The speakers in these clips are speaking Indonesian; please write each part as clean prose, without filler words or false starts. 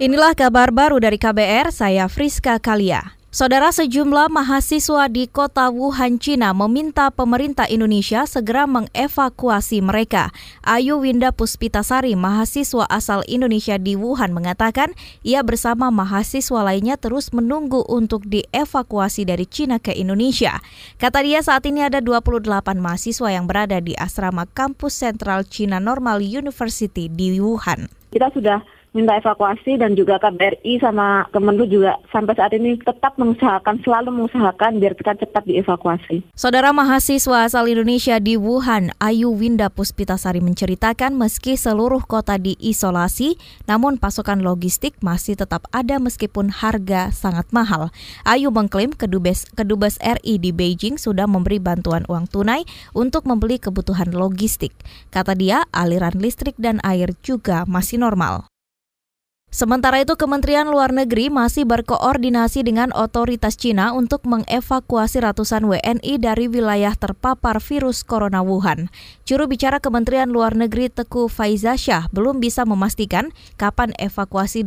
Inilah kabar baru dari KBR, saya Friska Kalia. Saudara, sejumlah mahasiswa di kota Wuhan, Cina meminta pemerintah Indonesia segera mengevakuasi mereka. Ayu Winda Puspitasari, mahasiswa asal Indonesia di Wuhan, mengatakan ia bersama mahasiswa lainnya terus menunggu untuk dievakuasi dari Cina ke Indonesia. Kata dia, saat ini ada 28 mahasiswa yang berada di asrama kampus sentral China Normal University di Wuhan. Kita sudah minta evakuasi dan juga KBRI sama Kemenlu juga sampai saat ini tetap selalu mengusahakan biar kita cepat dievakuasi. Saudara, mahasiswa asal Indonesia di Wuhan, Ayu Winda Puspitasari, menceritakan meski seluruh kota diisolasi, namun pasokan logistik masih tetap ada meskipun harga sangat mahal. Ayu mengklaim Kedubes RI di Beijing sudah memberi bantuan uang tunai untuk membeli kebutuhan logistik. Kata dia, aliran listrik dan air juga masih normal. Sementara itu, Kementerian Luar Negeri masih berkoordinasi dengan otoritas Cina untuk mengevakuasi ratusan WNI dari wilayah terpapar virus corona Wuhan. Juru bicara Kementerian Luar Negeri Teuku Faizasyah belum bisa memastikan kapan evakuasi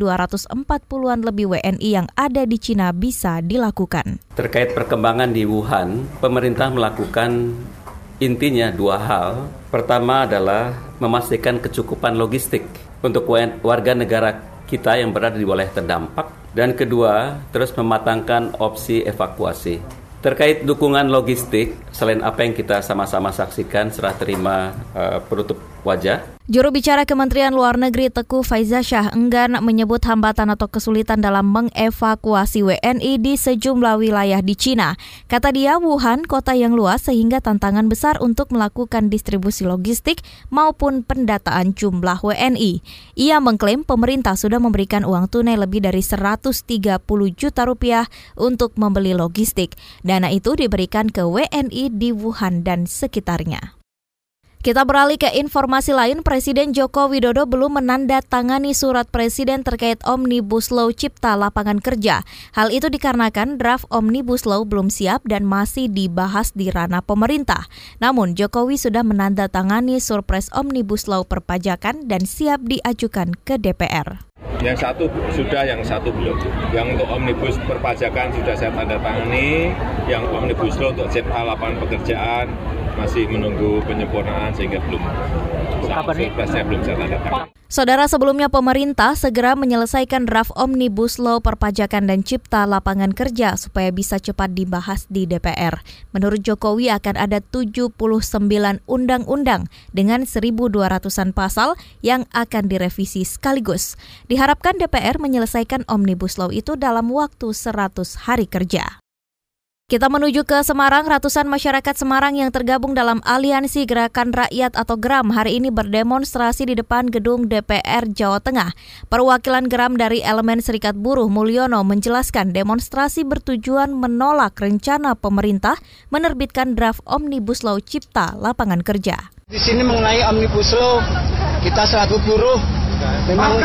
240-an lebih WNI yang ada di Cina bisa dilakukan. Terkait perkembangan di Wuhan, pemerintah melakukan intinya dua hal. Pertama adalah memastikan kecukupan logistik untuk warga negara kita yang berada di wilayah terdampak, dan kedua, terus mematangkan opsi evakuasi. Terkait dukungan logistik, selain apa yang kita sama-sama saksikan, serah terima penutup wajah, Juru bicara Kementerian Luar Negeri Teuku Faizasyah enggan menyebut hambatan atau kesulitan dalam mengevakuasi WNI di sejumlah wilayah di Cina. Kata dia, Wuhan kota yang luas sehingga tantangan besar untuk melakukan distribusi logistik maupun pendataan jumlah WNI. Ia mengklaim pemerintah sudah memberikan uang tunai lebih dari 130 juta rupiah untuk membeli logistik. Dana itu diberikan ke WNI di Wuhan dan sekitarnya. Kita beralih ke informasi lain. Presiden Joko Widodo belum menandatangani surat presiden terkait Omnibus Law Cipta Lapangan Kerja. Hal itu dikarenakan draft Omnibus Law belum siap dan masih dibahas di ranah pemerintah. Namun Jokowi sudah menandatangani Surpres Omnibus Law Perpajakan dan siap diajukan ke DPR. Yang satu sudah, yang satu belum. Yang untuk Omnibus Perpajakan sudah saya tandatangani, yang Omnibus Law untuk Cipta Lapangan Pekerjaan masih menunggu penyempurnaan sehingga belum. Surpresnya belum saya tandatangani. Saudara, sebelumnya pemerintah segera menyelesaikan draft Omnibus Law Perpajakan dan Cipta Lapangan Kerja supaya bisa cepat dibahas di DPR. Menurut Jokowi akan ada 79 undang-undang dengan 1.200-an pasal yang akan direvisi sekaligus. Diharapkan DPR menyelesaikan Omnibus Law itu dalam waktu 100 hari kerja. Kita menuju ke Semarang. Ratusan masyarakat Semarang yang tergabung dalam Aliansi Gerakan Rakyat atau GERAM hari ini berdemonstrasi di depan gedung DPR Jawa Tengah. Perwakilan GERAM dari elemen Serikat Buruh Mulyono menjelaskan demonstrasi bertujuan menolak rencana pemerintah menerbitkan draft Omnibus Law Cipta Lapangan Kerja. Di sini mengenai Omnibus Law, kita selaku buruh memang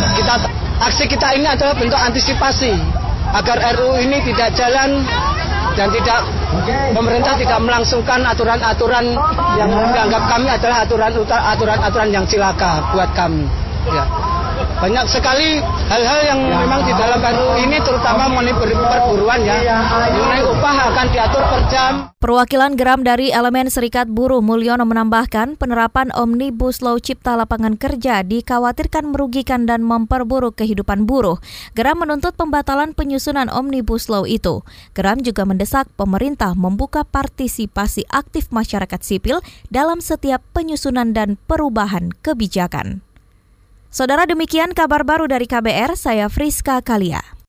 aksi kita ini adalah bentuk antisipasi agar RUU ini tidak jalan dan pemerintah tidak melangsungkan aturan-aturan yang dianggap kami adalah aturan-aturan yang cilaka buat kami. Ya. Banyak sekali hal-hal yang memang di dalam RUU ini terutama mengenai perburuan mengenai upah akan diatur per jam. Perwakilan GERAM dari elemen Serikat Buruh Mulyono menambahkan penerapan Omnibus Law Cipta Lapangan Kerja dikhawatirkan merugikan dan memperburuk kehidupan buruh. GERAM menuntut pembatalan penyusunan Omnibus Law itu. GERAM juga mendesak pemerintah membuka partisipasi aktif masyarakat sipil dalam setiap penyusunan dan perubahan kebijakan. Saudara, demikian kabar baru dari KBR, saya Friska Kalia.